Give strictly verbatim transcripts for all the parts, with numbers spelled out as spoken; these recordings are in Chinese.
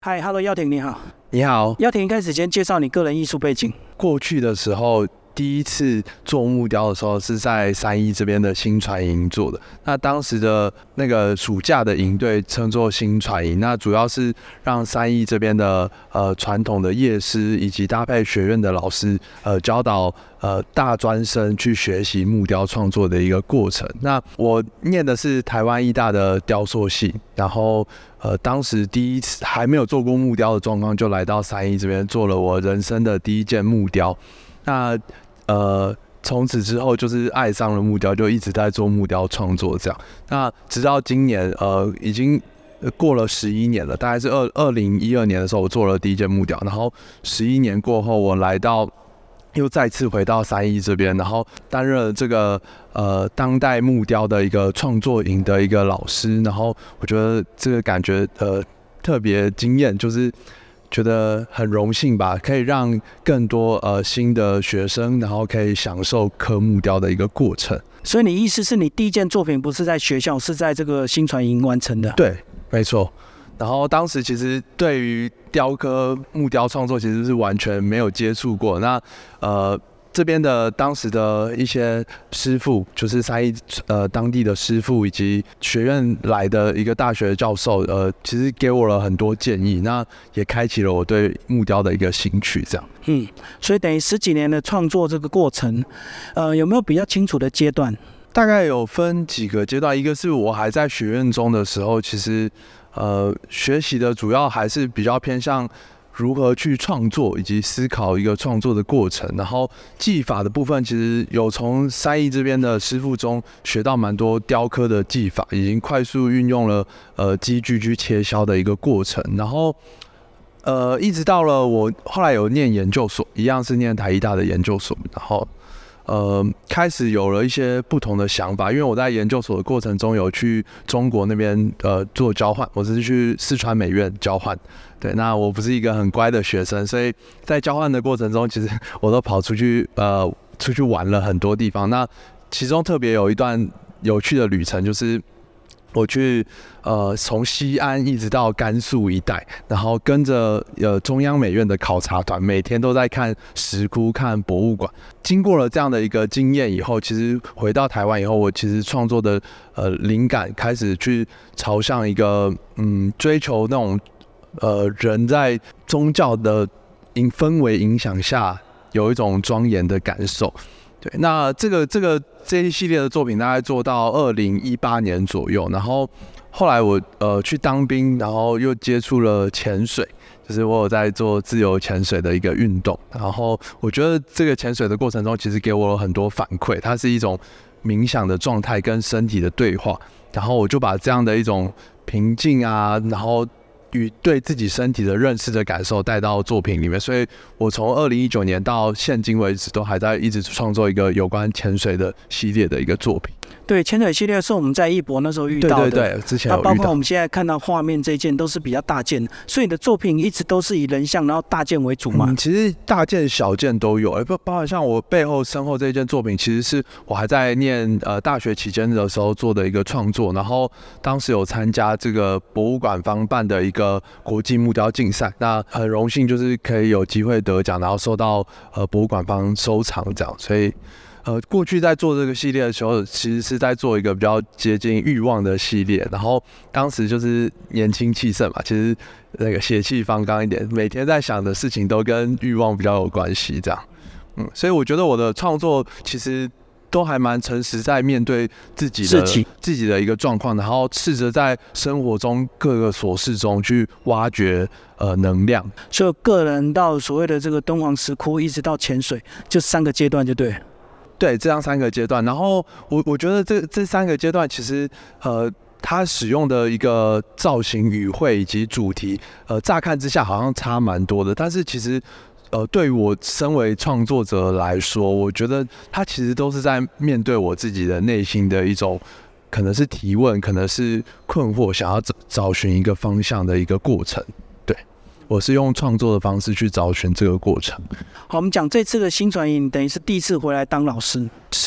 嗨 ，Hello， 耀廷你好。 你好。 耀廷，一开始先介绍你个人艺术背景。 过去的时候，第一次做木雕的时候是在三一这边的新传营做的。那当时的那个暑假的营队称作新传营，那主要是让三一这边的呃传统的业师以及搭配学院的老师呃教导呃大专生去学习木雕创作的一个过程。那我念的是台湾艺大的雕塑系，然后呃当时第一次还没有做过木雕的状况，就来到三一这边做了我人生的第一件木雕。那呃，从此之后就是爱上了木雕，就一直在做木雕创作这样。那直到今年，呃，已经过了十一年了，大概是二二零一二年的时候，我做了第一件木雕。然后十一年过后，我来到又再次回到三一这边，然后担任了这个呃当代木雕的一个创作营的一个老师。然后我觉得这个感觉呃特别惊艳，就是觉得很荣幸吧，可以让更多呃新的学生，然后可以享受刻木雕的一个过程。 所以你意思是你第一件作品不是在学校，是在这个新传营完成的？ 对，没错。然后当时其实对于雕刻木雕创作其实是完全没有接触过。那呃。这边的当时的一些师傅，就是三一呃当地的师傅以及学院来的一个大学教授，呃，其实给我了很多建议，那也开启了我对木雕的一个兴趣，这样。 嗯，所以等于十几年的创作这个过程，呃，有没有比较清楚的阶段？ 大概有分几个阶段，一个是我还在学院中的时候，其实呃学习的主要还是比较偏向如何去创作以及思考一个创作的过程，然后技法的部分其实有从三一这边的师傅中学到蛮多雕刻的技法，已经快速运用了呃机具去切削的一个过程，然后呃一直到了我后来有念研究所，一样是念台艺大的研究所，然后呃开始有了一些不同的想法，因为我在研究所的过程中有去中国那边呃做交换，我是去四川美院交换。对，那我不是一个很乖的学生，所以在交换的过程中，其实我都跑出去呃出去玩了很多地方。那其中特别有一段有趣的旅程，就是我去呃从西安一直到甘肃一带，然后跟着呃中央美院的考察团，每天都在看石窟、看博物馆。经过了这样的一个经验以后，其实回到台湾以后，我其实创作的呃灵感开始去朝向一个嗯追求那种。呃，人在宗教的氛围影响下，有一种庄严的感受。对，那这个这个这一系列的作品大概做到二零一八年左右，然后后来我呃去当兵，然后又接触了潜水，就是我有在做自由潜水的一个运动。然后我觉得这个潜水的过程中，其实给我了很多反馈，它是一种冥想的状态跟身体的对话。然后我就把这样的一种平静啊，然后与对自己身体的认识的感受带到作品里面，所以我从二零一九年到现今为止，都还在一直创作一个有关潜水的系列的一个作品。 对，潜水系列是我们在艺博那时候遇到的， 对对对，之前有遇到。 包括我们现在看到画面这一件都是比较大件，所以你的作品一直都是以人像然后大件为主嘛？ 嗯，其实大件小件都有，包包含像我背后身后这一件作品，其实是我还在念呃大学期间的时候做的一个创作，然后当时有参加这个博物馆方办的一个国际木雕竞赛，那很荣幸就是可以有机会得奖，然后受到呃博物馆方收藏这样，所以。呃，过去在做这个系列的时候，其实是在做一个比较接近欲望的系列，然后当时就是年轻气盛嘛，其实那个血气方刚一点，每天在想的事情都跟欲望比较有关系，这样，嗯，所以我觉得我的创作其实都还蛮诚实，在面对自己的自己的一个状况，然后试着在生活中各个琐事中去挖掘呃能量。 所以个人到所谓的这个敦煌石窟，一直到潜水，就三个阶段就对了。 对，这样三个阶段，然后我我觉得这这三个阶段其实呃，它使用的一个造型、语汇以及主题，呃，乍看之下好像差蛮多的，但是其实呃，对于我身为创作者来说，我觉得它其实都是在面对我自己的内心的一种，可能是提问，可能是困惑，想要找找寻一个方向的一个过程。我是用创作的方式去找寻这个过程。 好，我们讲这次的新传营，等于是第一次回来当老师。 是，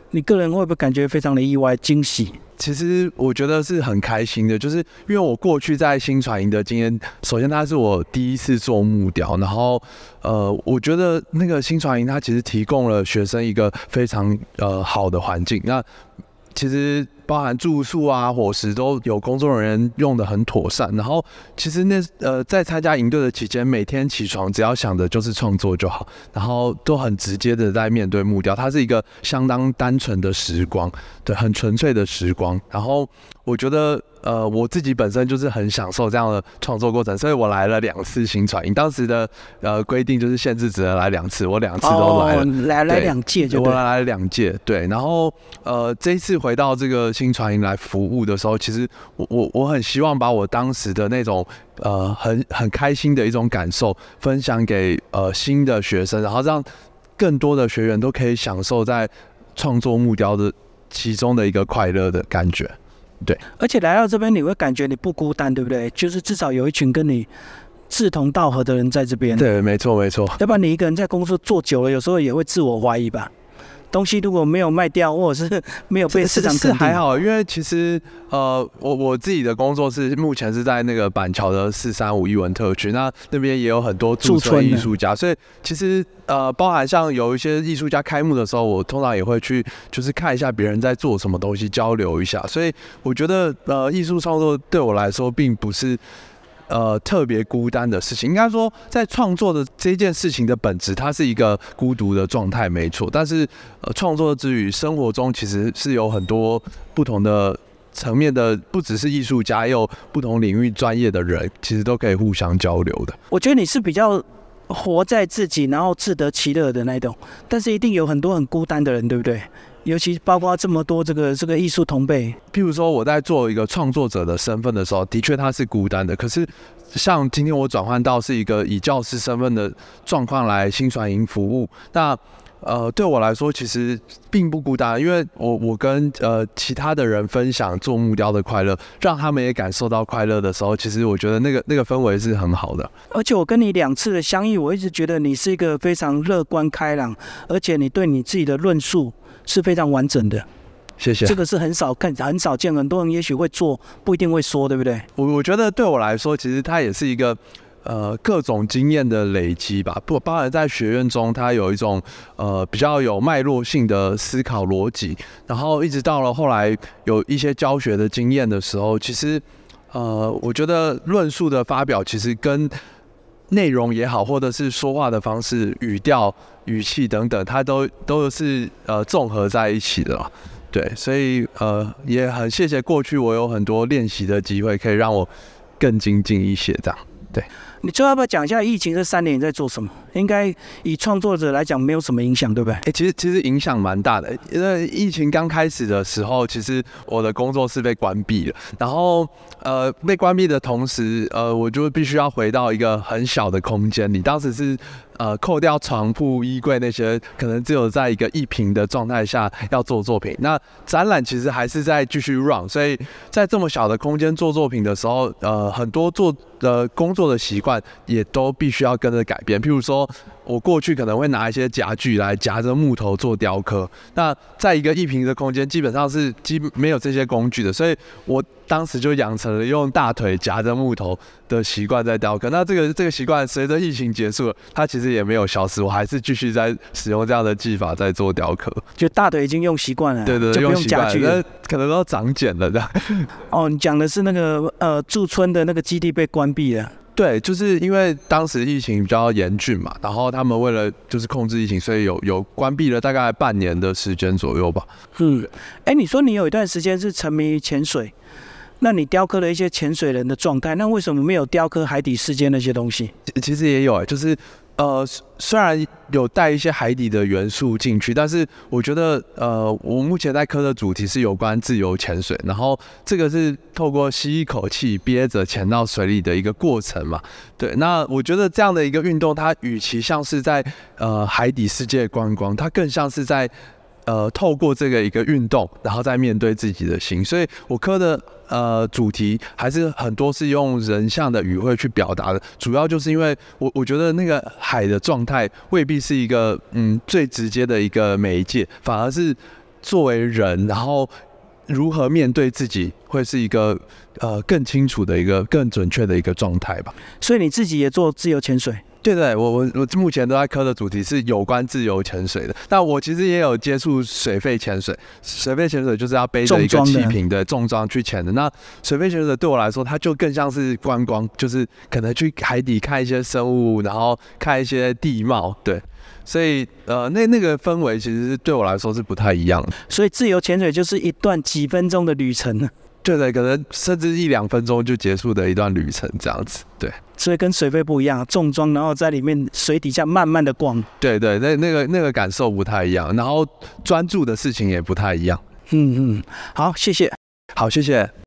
你个人会不会感觉非常的意外、惊喜？ 其实我觉得是很开心的，就是因为我过去在新传营的经验，首先它是我第一次做木雕，然后呃，我觉得那个新传营它其实提供了学生一个非常呃好的环境，那其实包含住宿啊、伙食都有工作人员用得很妥善。然后其实那呃在参加营队的期间，每天起床只要想的就是创作就好，然后都很直接的在面对木雕，它是一个相当单纯的时光，对，很纯粹的时光。然后我觉得呃我自己本身就是很享受这样的创作过程，所以我来了两次新传营，当时的呃规定就是限制只能来两次，我两次都来了， 哦、来来两届就对， 我来了两届，对。然后呃这一次回到这个新传营来服务的时候，其实我我我很希望把我当时的那种呃很很开心的一种感受分享给呃新的学生，然后让更多的学员都可以享受在创作木雕的其中的一个快乐的感觉。对， 而且来到这边你会感觉你不孤单，对不对？就是至少有一群跟你志同道合的人在这边。 对，没错没错。 要不然你一个人在公司做久了，有时候也会自我怀疑吧。东西如果没有卖掉，或者是没有被市场肯定， 是还好，因为其实呃，我我自己的工作是目前是在那个板桥的四三五艺文特区，那那边也有很多驻村艺术家，所以其实呃，包含像有一些艺术家开幕的时候，我通常也会去就是看一下别人在做什么东西，交流一下。所以我觉得呃，艺术创作对我来说并不是呃，特别孤单的事情，应该说，在创作的这件事情的本质，它是一个孤独的状态，没错。但是，呃，创作之余，生活中其实是有很多不同的层面的，不只是艺术家，也有不同领域专业的人，其实都可以互相交流的。 我觉得你是比较活在自己，然后自得其乐的那种，但是一定有很多很孤单的人，对不对？尤其包括这么多这个这个艺术同辈， 譬如说我在做一个创作者的身份的时候，的确他是孤单的。可是像今天我转换到是一个以教师身份的状况来新传营服务，那呃对我来说其实并不孤单，因为我我跟呃其他的人分享做木雕的快乐，让他们也感受到快乐的时候，其实我觉得那个那个氛围是很好的。 而且我跟你两次的相遇，我一直觉得你是一个非常乐观开朗，而且你对你自己的论述是非常完整的， 谢谢。 这个是很少看、很少见，很多人也许会做，不一定会说，对不对？ 我我觉得对我来说，其实它也是一个呃各种经验的累积吧。不，包含在学院中，它有一种呃比较有脉络性的思考逻辑，然后一直到了后来有一些教学的经验的时候，其实呃我觉得论述的发表其实跟内容也好，或者是说话的方式、语调、语气等等，它都都是呃综合在一起的啦。对，所以呃也很谢谢过去我有很多练习的机会，可以让我更精进一些这样。对， 你最后要不要讲一下疫情这三年你在做什么？应该以创作者来讲没有什么影响，对不对？ 哎、欸，其实其实影响蛮大的，因为疫情刚开始的时候，其实我的工作室被关闭了，然后呃被关闭的同时，呃我就必须要回到一个很小的空间里，当时是。呃，扣掉床铺、衣柜那些，可能只有在一个一平的状态下要做作品。那展览其实还是在继续 run， 所以在这么小的空间做作品的时候，呃，很多做呃工作的习惯也都必须要跟着改变。譬如说，我过去可能会拿一些夹具来夹着木头做雕刻，那在一个一平的空间，基本上是基没有这些工具的，所以我当时就养成了用大腿夹着木头的习惯在雕刻。那这个这个习惯随着疫情结束了，它其实也没有消失，我还是继续在使用这样的技法在做雕刻。 就大腿已经用习惯了， 对对， 就不用夹具了， 可能都长茧了这样。 哦，你讲的是那个呃驻村的那个基地被关闭了。 对，就是因为当时疫情比较严峻嘛，然后他们为了就是控制疫情，所以有有关闭了大概半年的时间左右吧。 嗯，哎，你说你有一段时间是沉迷于潜水，那你雕刻了一些潜水人的状态，那为什么没有雕刻海底世界那些东西？ 其实也有哎、欸，就是呃，虽然有带一些海底的元素进去，但是我觉得呃，我目前在刻的主题是有关自由潜水，然后这个是透过吸一口气憋着潜到水里的一个过程嘛。对，那我觉得这样的一个运动，它与其像是在呃海底世界观光，它更像是在呃透过这个一个运动，然后再面对自己的心。所以我刻的呃主题还是很多是用人像的语汇去表达的，主要就是因为我我觉得那个海的状态未必是一个嗯最直接的一个媒介，反而是作为人，然后如何面对自己，会是一个呃更清楚的一个、更准确的一个状态吧。 所以你自己也做自由潜水？ 对对，我我我目前都在科的主题是有关自由潜水的，但我其实也有接触水肺潜水。水肺潜水就是要背着一个气瓶的重装去潜的。那水肺潜水对我来说，它就更像是观光，就是可能去海底看一些生物，然后看一些地貌，对。所以呃，那那个氛围其实对我来说是不太一样的。 所以自由潜水就是一段几分钟的旅程。 对对，可能甚至一两分钟就结束的一段旅程这样子，对。 所以跟水肺不一样，重装，然后在里面水底下慢慢的逛。 对对，那那个那个感受不太一样，然后专注的事情也不太一样。 嗯嗯，好，谢谢。 好，谢谢。